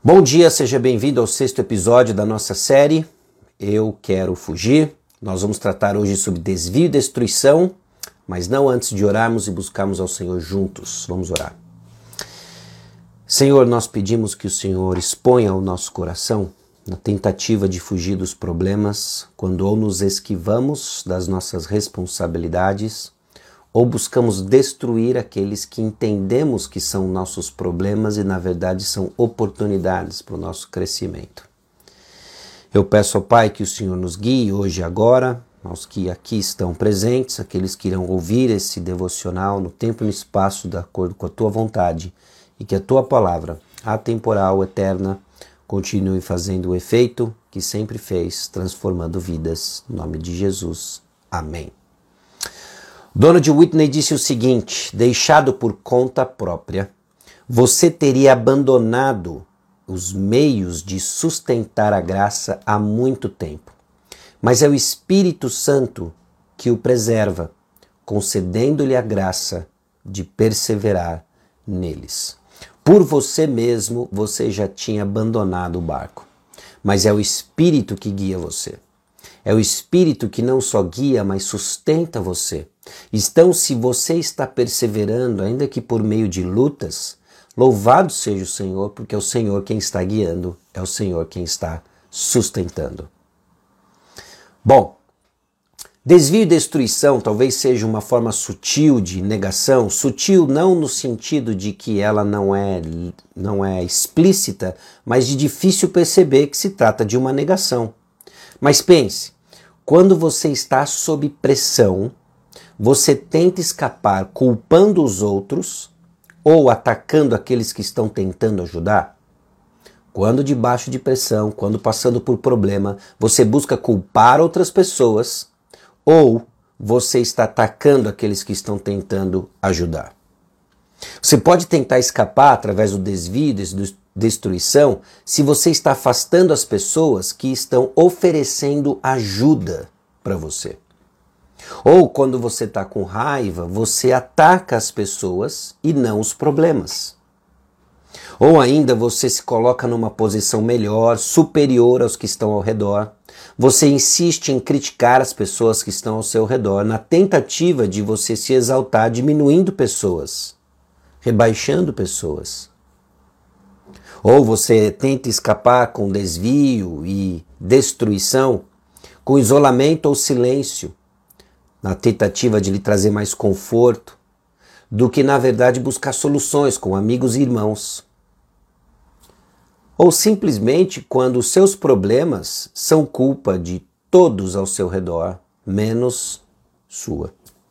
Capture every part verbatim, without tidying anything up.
Bom dia, seja bem-vindo ao sexto episódio da nossa série Eu Quero Fugir. Nós vamos tratar hoje sobre desvio e destruição, mas não antes de orarmos e buscarmos ao Senhor juntos. Vamos orar. Senhor, nós pedimos que o Senhor exponha o nosso coração na tentativa de fugir dos problemas, quando ou nos esquivamos das nossas responsabilidades, ou buscamos destruir aqueles que entendemos que são nossos problemas e na verdade são oportunidades para o nosso crescimento. Eu peço ao Pai que o Senhor nos guie hoje e agora, aos que aqui estão presentes, aqueles que irão ouvir esse devocional no tempo e no espaço de acordo com a Tua vontade, e que a Tua palavra, atemporal, eterna, continue fazendo o efeito que sempre fez, transformando vidas. Em nome de Jesus. Amém. Donald Whitney disse o seguinte: deixado por conta própria, você teria abandonado os meios de sustentar a graça há muito tempo. Mas é o Espírito Santo que o preserva, concedendo-lhe a graça de perseverar neles. Por você mesmo, você já tinha abandonado o barco, mas é o Espírito que guia você. É o Espírito que não só guia, mas sustenta você. Então, se você está perseverando, ainda que por meio de lutas, louvado seja o Senhor, porque é o Senhor quem está guiando, é o Senhor quem está sustentando. Bom, desvio e destruição talvez seja uma forma sutil de negação, sutil não no sentido de que ela não é, não é explícita, mas de difícil perceber que se trata de uma negação. Mas pense, quando você está sob pressão, você tenta escapar culpando os outros ou atacando aqueles que estão tentando ajudar? Quando debaixo de pressão, quando passando por problema, você busca culpar outras pessoas ou você está atacando aqueles que estão tentando ajudar? Você pode tentar escapar através do desvio e destruição se você está afastando as pessoas que estão oferecendo ajuda para você. Ou quando você está com raiva, você ataca as pessoas e não os problemas. Ou ainda você se coloca numa posição melhor, superior aos que estão ao redor. Você insiste em criticar as pessoas que estão ao seu redor na tentativa de você se exaltar, diminuindo pessoas, rebaixando pessoas. Ou você tenta escapar com desvio e destruição, com isolamento ou silêncio, na tentativa de lhe trazer mais conforto, do que na verdade buscar soluções com amigos e irmãos. Ou simplesmente quando os seus problemas são culpa de todos ao seu redor, menos sua.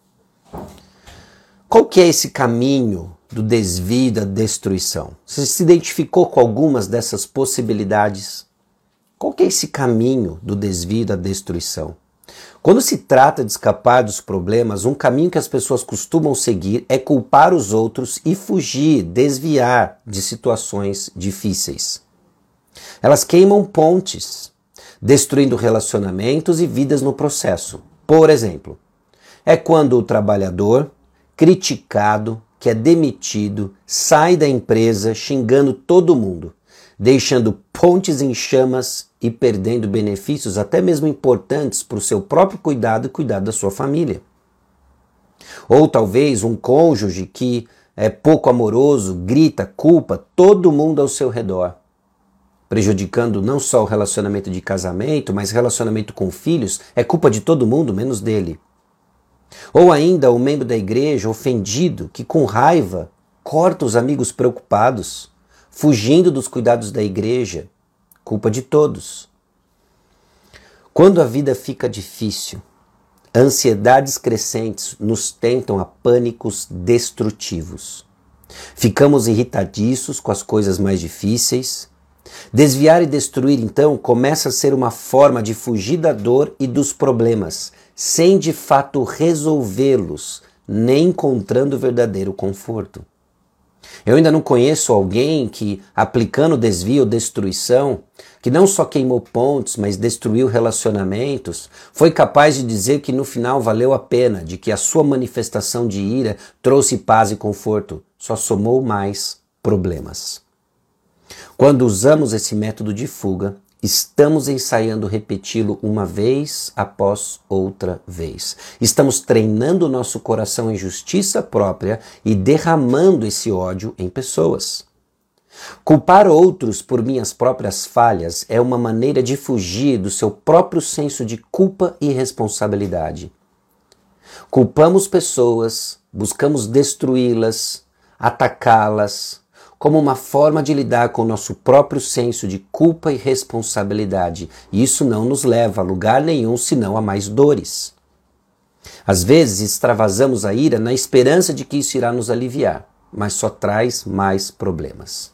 Qual que é esse caminho do desvio e da destruição? Você se identificou com algumas dessas possibilidades? Qual que é esse caminho do desvio e da destruição? Quando se trata de escapar dos problemas, um caminho que as pessoas costumam seguir é culpar os outros e fugir, desviar de situações difíceis. Elas queimam pontes, destruindo relacionamentos e vidas no processo. Por exemplo, é quando o trabalhador, criticado, que é demitido, sai da empresa xingando todo mundo, deixando pontes em chamas e perdendo benefícios até mesmo importantes para o seu próprio cuidado e cuidado da sua família. Ou talvez um cônjuge que é pouco amoroso, grita, culpa todo mundo ao seu redor, prejudicando não só o relacionamento de casamento, mas relacionamento com filhos, é culpa de todo mundo, menos dele. Ou ainda o membro da igreja ofendido, que com raiva corta os amigos preocupados, fugindo dos cuidados da igreja, culpa de todos. Quando a vida fica difícil, ansiedades crescentes nos tentam a pânicos destrutivos. Ficamos irritadiços com as coisas mais difíceis. Desviar e destruir, então, começa a ser uma forma de fugir da dor e dos problemas, sem de fato resolvê-los, nem encontrando verdadeiro conforto. Eu ainda não conheço alguém que, aplicando desvio ou destruição, que não só queimou pontes, mas destruiu relacionamentos, foi capaz de dizer que no final valeu a pena, de que a sua manifestação de ira trouxe paz e conforto, só somou mais problemas. Quando usamos esse método de fuga, estamos ensaiando repeti-lo uma vez após outra vez. Estamos treinando o nosso coração em justiça própria e derramando esse ódio em pessoas. Culpar outros por minhas próprias falhas é uma maneira de fugir do seu próprio senso de culpa e responsabilidade. Culpamos pessoas, buscamos destruí-las, atacá-las, como uma forma de lidar com o nosso próprio senso de culpa e responsabilidade. E isso não nos leva a lugar nenhum, senão a mais dores. Às vezes extravasamos a ira na esperança de que isso irá nos aliviar, mas só traz mais problemas.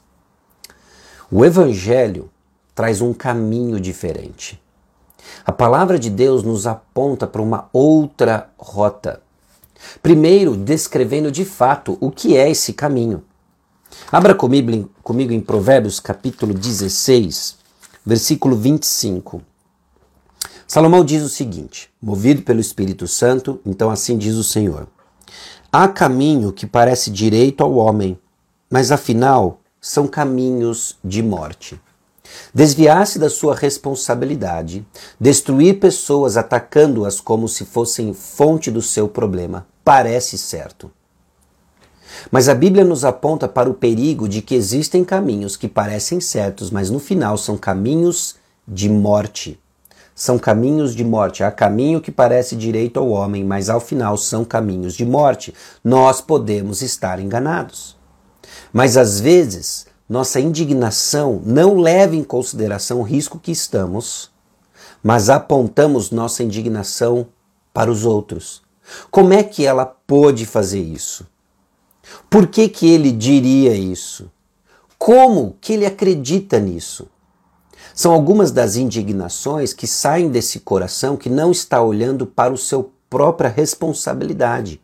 O Evangelho traz um caminho diferente. A palavra de Deus nos aponta para uma outra rota. Primeiro, descrevendo de fato o que é esse caminho. Abra comigo, comigo em Provérbios capítulo dezesseis, versículo vinte e cinco. Salomão diz o seguinte: movido pelo Espírito Santo, então assim diz o Senhor: há caminho que parece direito ao homem, mas afinal são caminhos de morte. Desviar-se da sua responsabilidade, destruir pessoas atacando-as como se fossem fonte do seu problema, parece certo. Mas a Bíblia nos aponta para o perigo de que existem caminhos que parecem certos, mas no final são caminhos de morte. São caminhos de morte. Há caminho que parece direito ao homem, mas ao final são caminhos de morte. Nós podemos estar enganados. Mas às vezes, nossa indignação não leva em consideração o risco que estamos, mas apontamos nossa indignação para os outros. Como é que ela pôde fazer isso? Por que que ele diria isso? Como que ele acredita nisso? São algumas das indignações que saem desse coração que não está olhando para a sua própria responsabilidade.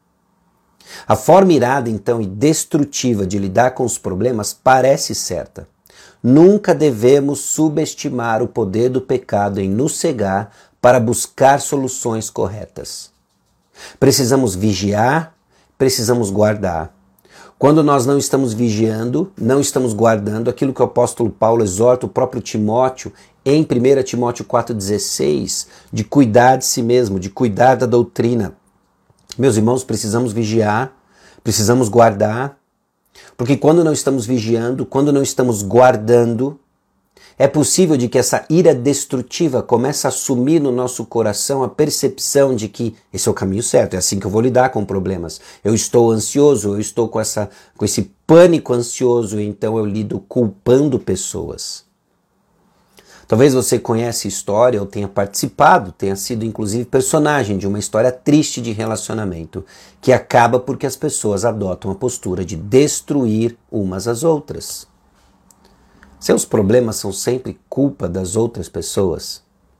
A forma irada, então, e destrutiva de lidar com os problemas parece certa. Nunca devemos subestimar o poder do pecado em nos cegar para buscar soluções corretas. Precisamos vigiar, precisamos guardar. Quando nós não estamos vigiando, não estamos guardando aquilo que o apóstolo Paulo exorta o próprio Timóteo em primeira Timóteo quatro dezesseis, de cuidar de si mesmo, de cuidar da doutrina. Meus irmãos, precisamos vigiar, precisamos guardar, porque quando não estamos vigiando, quando não estamos guardando, é possível de que essa ira destrutiva comece a assumir no nosso coração a percepção de que esse é o caminho certo, é assim que eu vou lidar com problemas. Eu estou ansioso, eu estou com, essa, com esse pânico ansioso, então eu lido culpando pessoas. Talvez você conheça a história ou tenha participado, tenha sido inclusive personagem de uma história triste de relacionamento, que acaba porque as pessoas adotam a postura de destruir umas às outras. Seus problemas são sempre culpa das outras pessoas.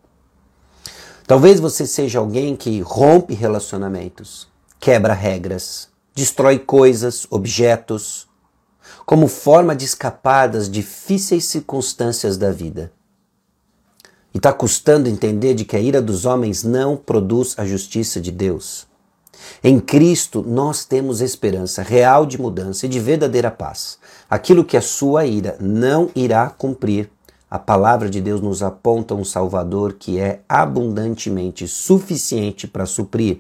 Talvez você seja alguém que rompe relacionamentos, quebra regras, destrói coisas, objetos, como forma de escapar das difíceis circunstâncias da vida. E está custando entender de que a ira dos homens não produz a justiça de Deus. Em Cristo nós temos esperança real de mudança e de verdadeira paz. Aquilo que a sua ira não irá cumprir, a palavra de Deus nos aponta um Salvador que é abundantemente suficiente para suprir.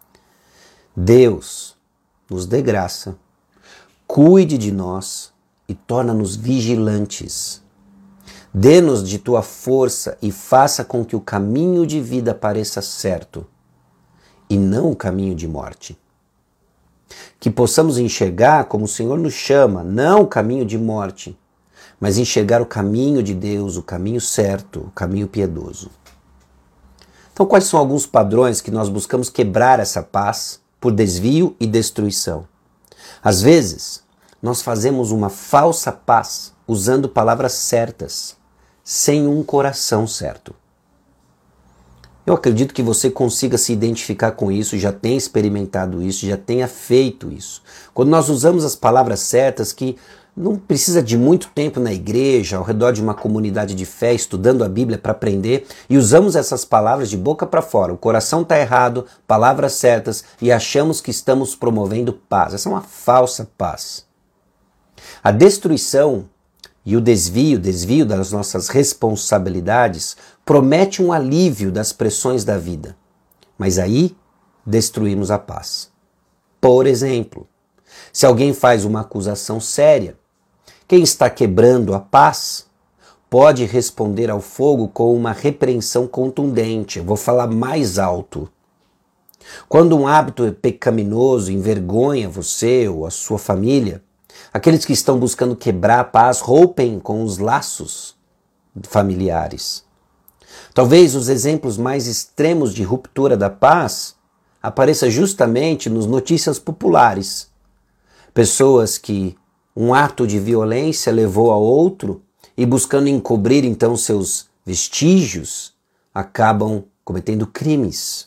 Deus nos dê graça, cuide de nós e torna-nos vigilantes. Dê-nos de tua força e faça com que o caminho de vida pareça certo e não o caminho de morte. Que possamos enxergar como o Senhor nos chama, não o caminho de morte, mas enxergar o caminho de Deus, o caminho certo, o caminho piedoso. Então, quais são alguns padrões que nós buscamos quebrar essa paz por desvio e destruição? Às vezes, nós fazemos uma falsa paz usando palavras certas, sem um coração certo. Eu acredito que você consiga se identificar com isso, já tenha experimentado isso, já tenha feito isso. Quando nós usamos as palavras certas, que não precisa de muito tempo na igreja, ao redor de uma comunidade de fé, estudando a Bíblia para aprender, e usamos essas palavras de boca para fora, o coração está errado, palavras certas, e achamos que estamos promovendo paz. Essa é uma falsa paz. A destruição E o desvio, desvio das nossas responsabilidades, promete um alívio das pressões da vida. Mas aí destruímos a paz. Por exemplo, se alguém faz uma acusação séria, quem está quebrando a paz pode responder ao fogo com uma repreensão contundente. Eu vou falar mais alto. Quando um hábito pecaminoso envergonha você ou a sua família, aqueles que estão buscando quebrar a paz rompem com os laços familiares. Talvez os exemplos mais extremos de ruptura da paz apareçam justamente nos notícias populares. Pessoas que um ato de violência levou a outro e buscando encobrir então seus vestígios, acabam cometendo crimes.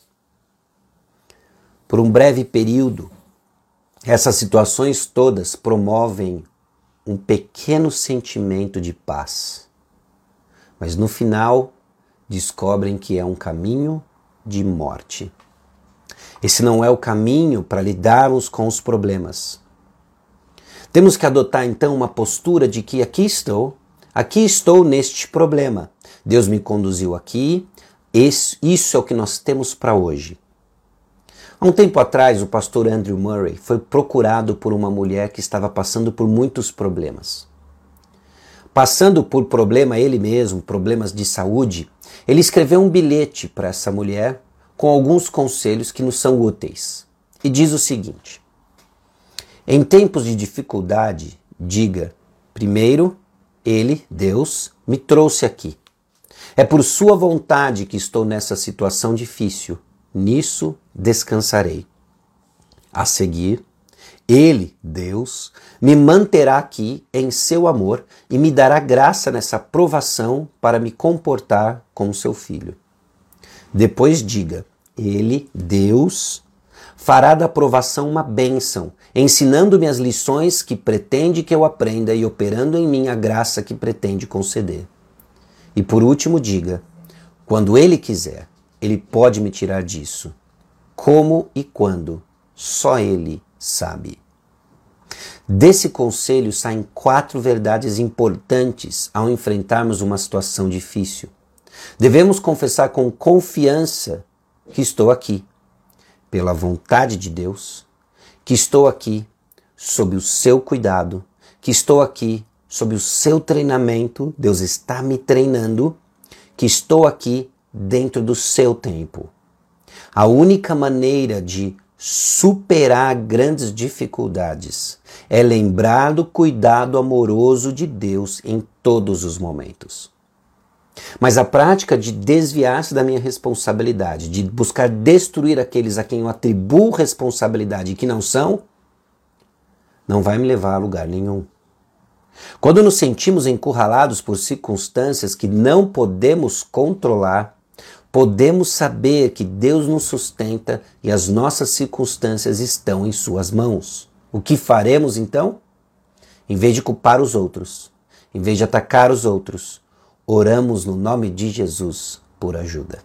Por um breve período, essas situações todas promovem um pequeno sentimento de paz. Mas no final, descobrem que é um caminho de morte. Esse não é o caminho para lidarmos com os problemas. Temos que adotar então uma postura de que aqui estou, aqui estou neste problema. Deus me conduziu aqui, esse, isso é o que nós temos para hoje. Há um tempo atrás, o pastor Andrew Murray foi procurado por uma mulher que estava passando por muitos problemas. Passando por problema ele mesmo, problemas de saúde, ele escreveu um bilhete para essa mulher com alguns conselhos que nos são úteis. E diz o seguinte: em tempos de dificuldade, diga, primeiro, Ele, Deus, me trouxe aqui. É por sua vontade que estou nessa situação difícil. Nisso descansarei. A seguir, Ele, Deus, me manterá aqui em seu amor e me dará graça nessa provação para me comportar como seu filho. Depois diga, Ele, Deus, fará da provação uma bênção, ensinando-me as lições que pretende que eu aprenda e operando em mim a graça que pretende conceder. E por último diga, quando Ele quiser, Ele pode me tirar disso. Como e quando, só Ele sabe. Desse conselho saem quatro verdades importantes ao enfrentarmos uma situação difícil. Devemos confessar com confiança que estou aqui, pela vontade de Deus, que estou aqui sob o seu cuidado, que estou aqui sob o seu treinamento, Deus está me treinando, que estou aqui dentro do seu tempo. A única maneira de superar grandes dificuldades é lembrar do cuidado amoroso de Deus em todos os momentos. Mas a prática de desviar-se da minha responsabilidade, de buscar destruir aqueles a quem eu atribuo responsabilidade e que não são, não vai me levar a lugar nenhum. Quando nos sentimos encurralados por circunstâncias que não podemos controlar, podemos saber que Deus nos sustenta e as nossas circunstâncias estão em suas mãos. O que faremos então? Em vez de culpar os outros, em vez de atacar os outros, oramos no nome de Jesus por ajuda.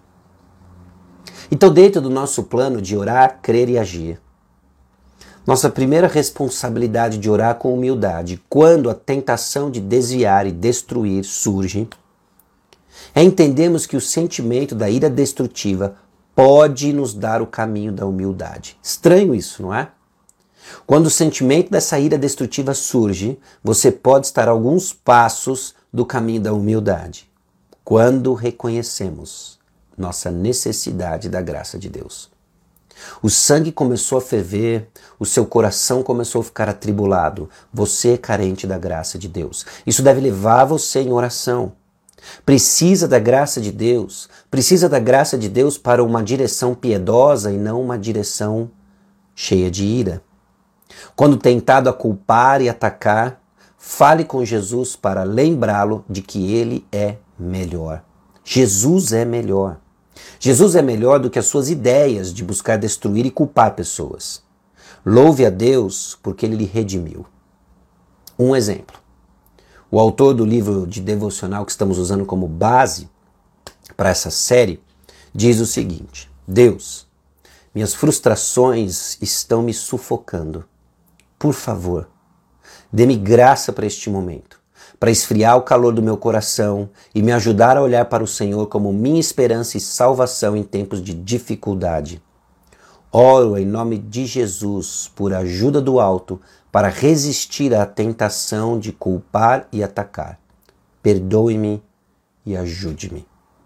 Então, dentro do nosso plano de orar, crer e agir, nossa primeira responsabilidade de orar com humildade, quando a tentação de desviar e destruir surge, é entendermos que o sentimento da ira destrutiva pode nos dar o caminho da humildade. Estranho isso, não é? Quando o sentimento dessa ira destrutiva surge, você pode estar a alguns passos do caminho da humildade. Quando reconhecemos nossa necessidade da graça de Deus. O sangue começou a ferver, o seu coração começou a ficar atribulado. Você é carente da graça de Deus. Isso deve levar você em oração. Precisa da graça de Deus. Precisa da graça de Deus para uma direção piedosa e não uma direção cheia de ira. Quando tentado a culpar e atacar, fale com Jesus para lembrá-lo de que Ele é melhor. Jesus é melhor. Jesus é melhor do que as suas ideias de buscar destruir e culpar pessoas. Louve a Deus porque Ele lhe redimiu. Um exemplo. O autor do livro de devocional que estamos usando como base para essa série diz o seguinte: Deus, minhas frustrações estão me sufocando. Por favor, dê-me graça para este momento, para esfriar o calor do meu coração e me ajudar a olhar para o Senhor como minha esperança e salvação em tempos de dificuldade. Oro em nome de Jesus por ajuda do alto para resistir à tentação de culpar e atacar. Perdoe-me e ajude-me.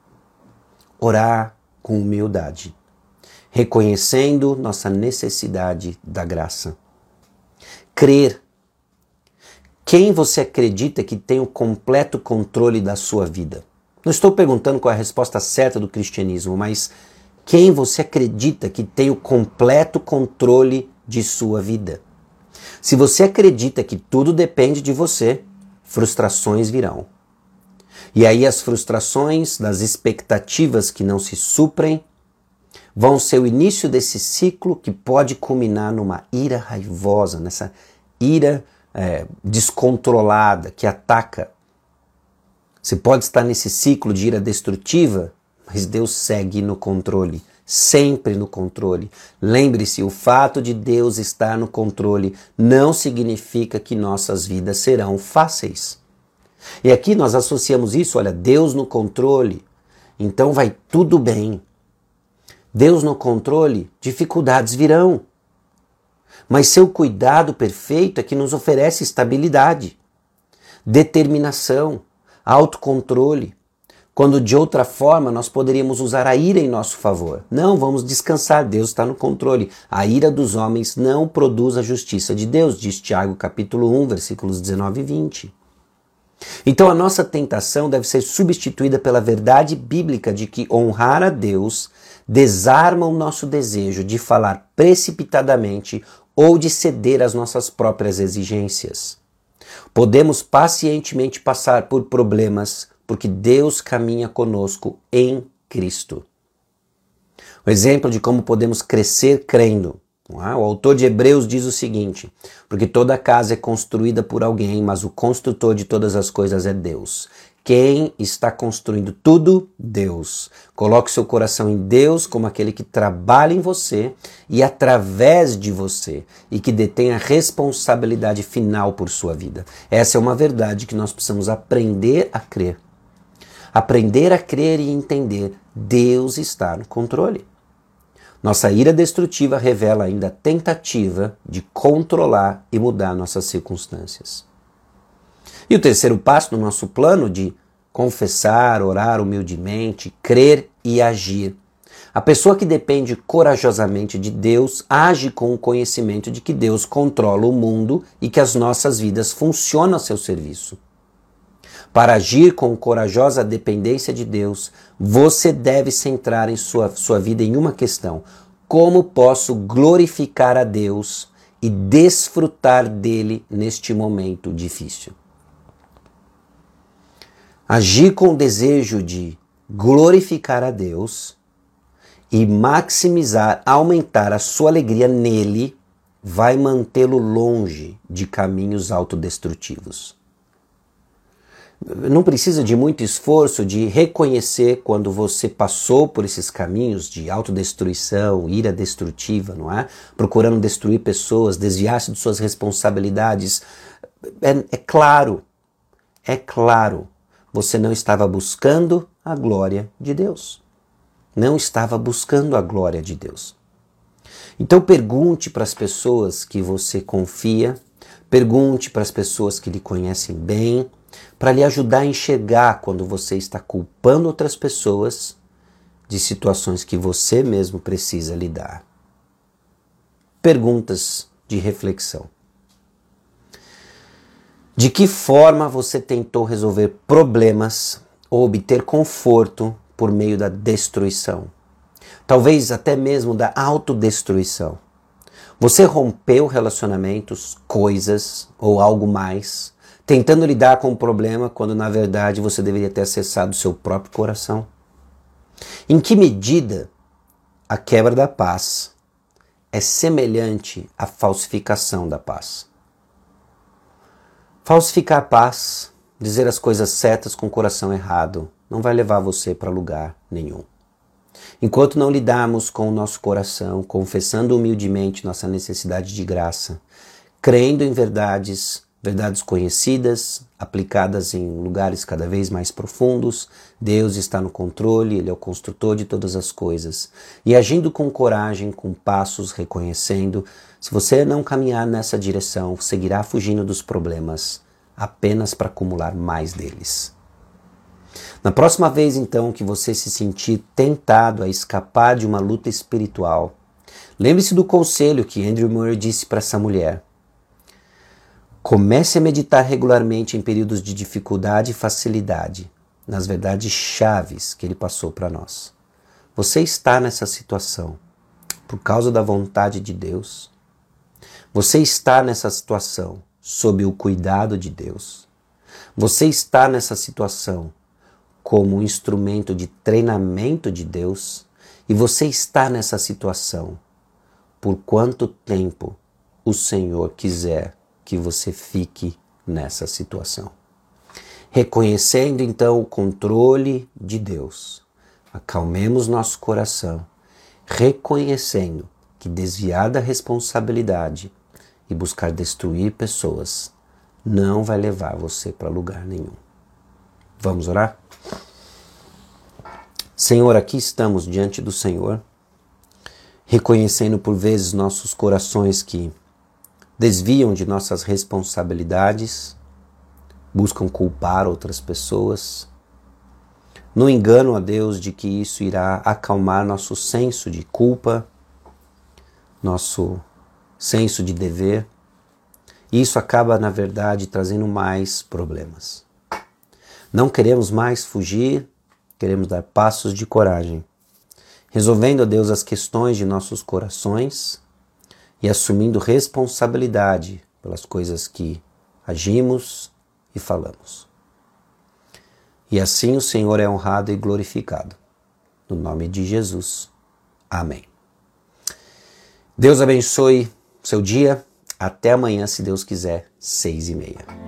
Orar com humildade, reconhecendo nossa necessidade da graça. Crer. Quem você acredita que tem o completo controle da sua vida? Não estou perguntando qual é a resposta certa do cristianismo, mas quem você acredita que tem o completo controle de sua vida? Se você acredita que tudo depende de você, frustrações virão. E aí as frustrações das expectativas que não se suprem vão ser o início desse ciclo que pode culminar numa ira raivosa, nessa ira é, descontrolada que ataca. Você pode estar nesse ciclo de ira destrutiva, mas Deus segue no controle, sempre no controle. Lembre-se, o fato de Deus estar no controle não significa que nossas vidas serão fáceis. E aqui nós associamos isso, olha, Deus no controle, então vai tudo bem. Deus no controle, dificuldades virão. Mas seu cuidado perfeito é que nos oferece estabilidade, determinação, autocontrole, quando de outra forma nós poderíamos usar a ira em nosso favor. Não, vamos descansar, Deus está no controle. A ira dos homens não produz a justiça de Deus, diz Tiago capítulo um, versículos dezenove e vinte. Então a nossa tentação deve ser substituída pela verdade bíblica de que honrar a Deus desarma o nosso desejo de falar precipitadamente ou de ceder às nossas próprias exigências. Podemos pacientemente passar por problemas porque Deus caminha conosco em Cristo. O exemplo de como podemos crescer crendo. O autor de Hebreus diz o seguinte: porque toda casa é construída por alguém, mas o construtor de todas as coisas é Deus. Quem está construindo tudo? Deus. Coloque seu coração em Deus como aquele que trabalha em você e através de você e que detém a responsabilidade final por sua vida. Essa é uma verdade que nós precisamos aprender a crer. Aprender a crer e entender. Deus está no controle. Nossa ira destrutiva revela ainda a tentativa de controlar e mudar nossas circunstâncias. E o terceiro passo no nosso plano de confessar, orar humildemente, crer e agir. A pessoa que depende corajosamente de Deus age com o conhecimento de que Deus controla o mundo e que as nossas vidas funcionam a seu serviço. Para agir com corajosa dependência de Deus, você deve centrar em sua, sua vida em uma questão: como posso glorificar a Deus e desfrutar dele neste momento difícil? Agir com o desejo de glorificar a Deus e maximizar, aumentar a sua alegria nele, vai mantê-lo longe de caminhos autodestrutivos. Não precisa de muito esforço de reconhecer quando você passou por esses caminhos de autodestruição, ira destrutiva, não é? Procurando destruir pessoas, desviar-se de suas responsabilidades. É, é claro, é claro, você não estava buscando a glória de Deus. Não estava buscando a glória de Deus. Então pergunte para as pessoas que você confia, pergunte para as pessoas que lhe conhecem bem, para lhe ajudar a enxergar quando você está culpando outras pessoas de situações que você mesmo precisa lidar. Perguntas de reflexão. De que forma você tentou resolver problemas ou obter conforto por meio da destruição? Talvez até mesmo da autodestruição. Você rompeu relacionamentos, coisas ou algo mais, tentando lidar com o problema quando na verdade você deveria ter acessado o seu próprio coração? Em que medida a quebra da paz é semelhante à falsificação da paz? Falsificar a paz, dizer as coisas certas com o coração errado, não vai levar você para lugar nenhum. Enquanto não lidarmos com o nosso coração, confessando humildemente nossa necessidade de graça, crendo em verdades verdades conhecidas, aplicadas em lugares cada vez mais profundos. Deus está no controle, Ele é o construtor de todas as coisas. E agindo com coragem, com passos, reconhecendo, se você não caminhar nessa direção, seguirá fugindo dos problemas, apenas para acumular mais deles. Na próxima vez, então, que você se sentir tentado a escapar de uma luta espiritual, lembre-se do conselho que Andrew Murray disse para essa mulher. Comece a meditar regularmente em períodos de dificuldade e facilidade, nas verdades chaves que ele passou para nós. Você está nessa situação por causa da vontade de Deus? Você está nessa situação sob o cuidado de Deus? Você está nessa situação como um instrumento de treinamento de Deus? E você está nessa situação por quanto tempo o Senhor quiser que você fique nessa situação. Reconhecendo então o controle de Deus, acalmemos nosso coração, reconhecendo que desviar da responsabilidade e buscar destruir pessoas não vai levar você para lugar nenhum. Vamos orar? Senhor, aqui estamos diante do Senhor, reconhecendo por vezes nossos corações que desviam de nossas responsabilidades, buscam culpar outras pessoas, no engano a Deus de que isso irá acalmar nosso senso de culpa, nosso senso de dever, e isso acaba, na verdade, trazendo mais problemas. Não queremos mais fugir, queremos dar passos de coragem, resolvendo a Deus as questões de nossos corações e assumindo responsabilidade pelas coisas que agimos e falamos. E assim o Senhor é honrado e glorificado. No nome de Jesus. Amém. Deus abençoe seu dia. Até amanhã, se Deus quiser, seis e meia.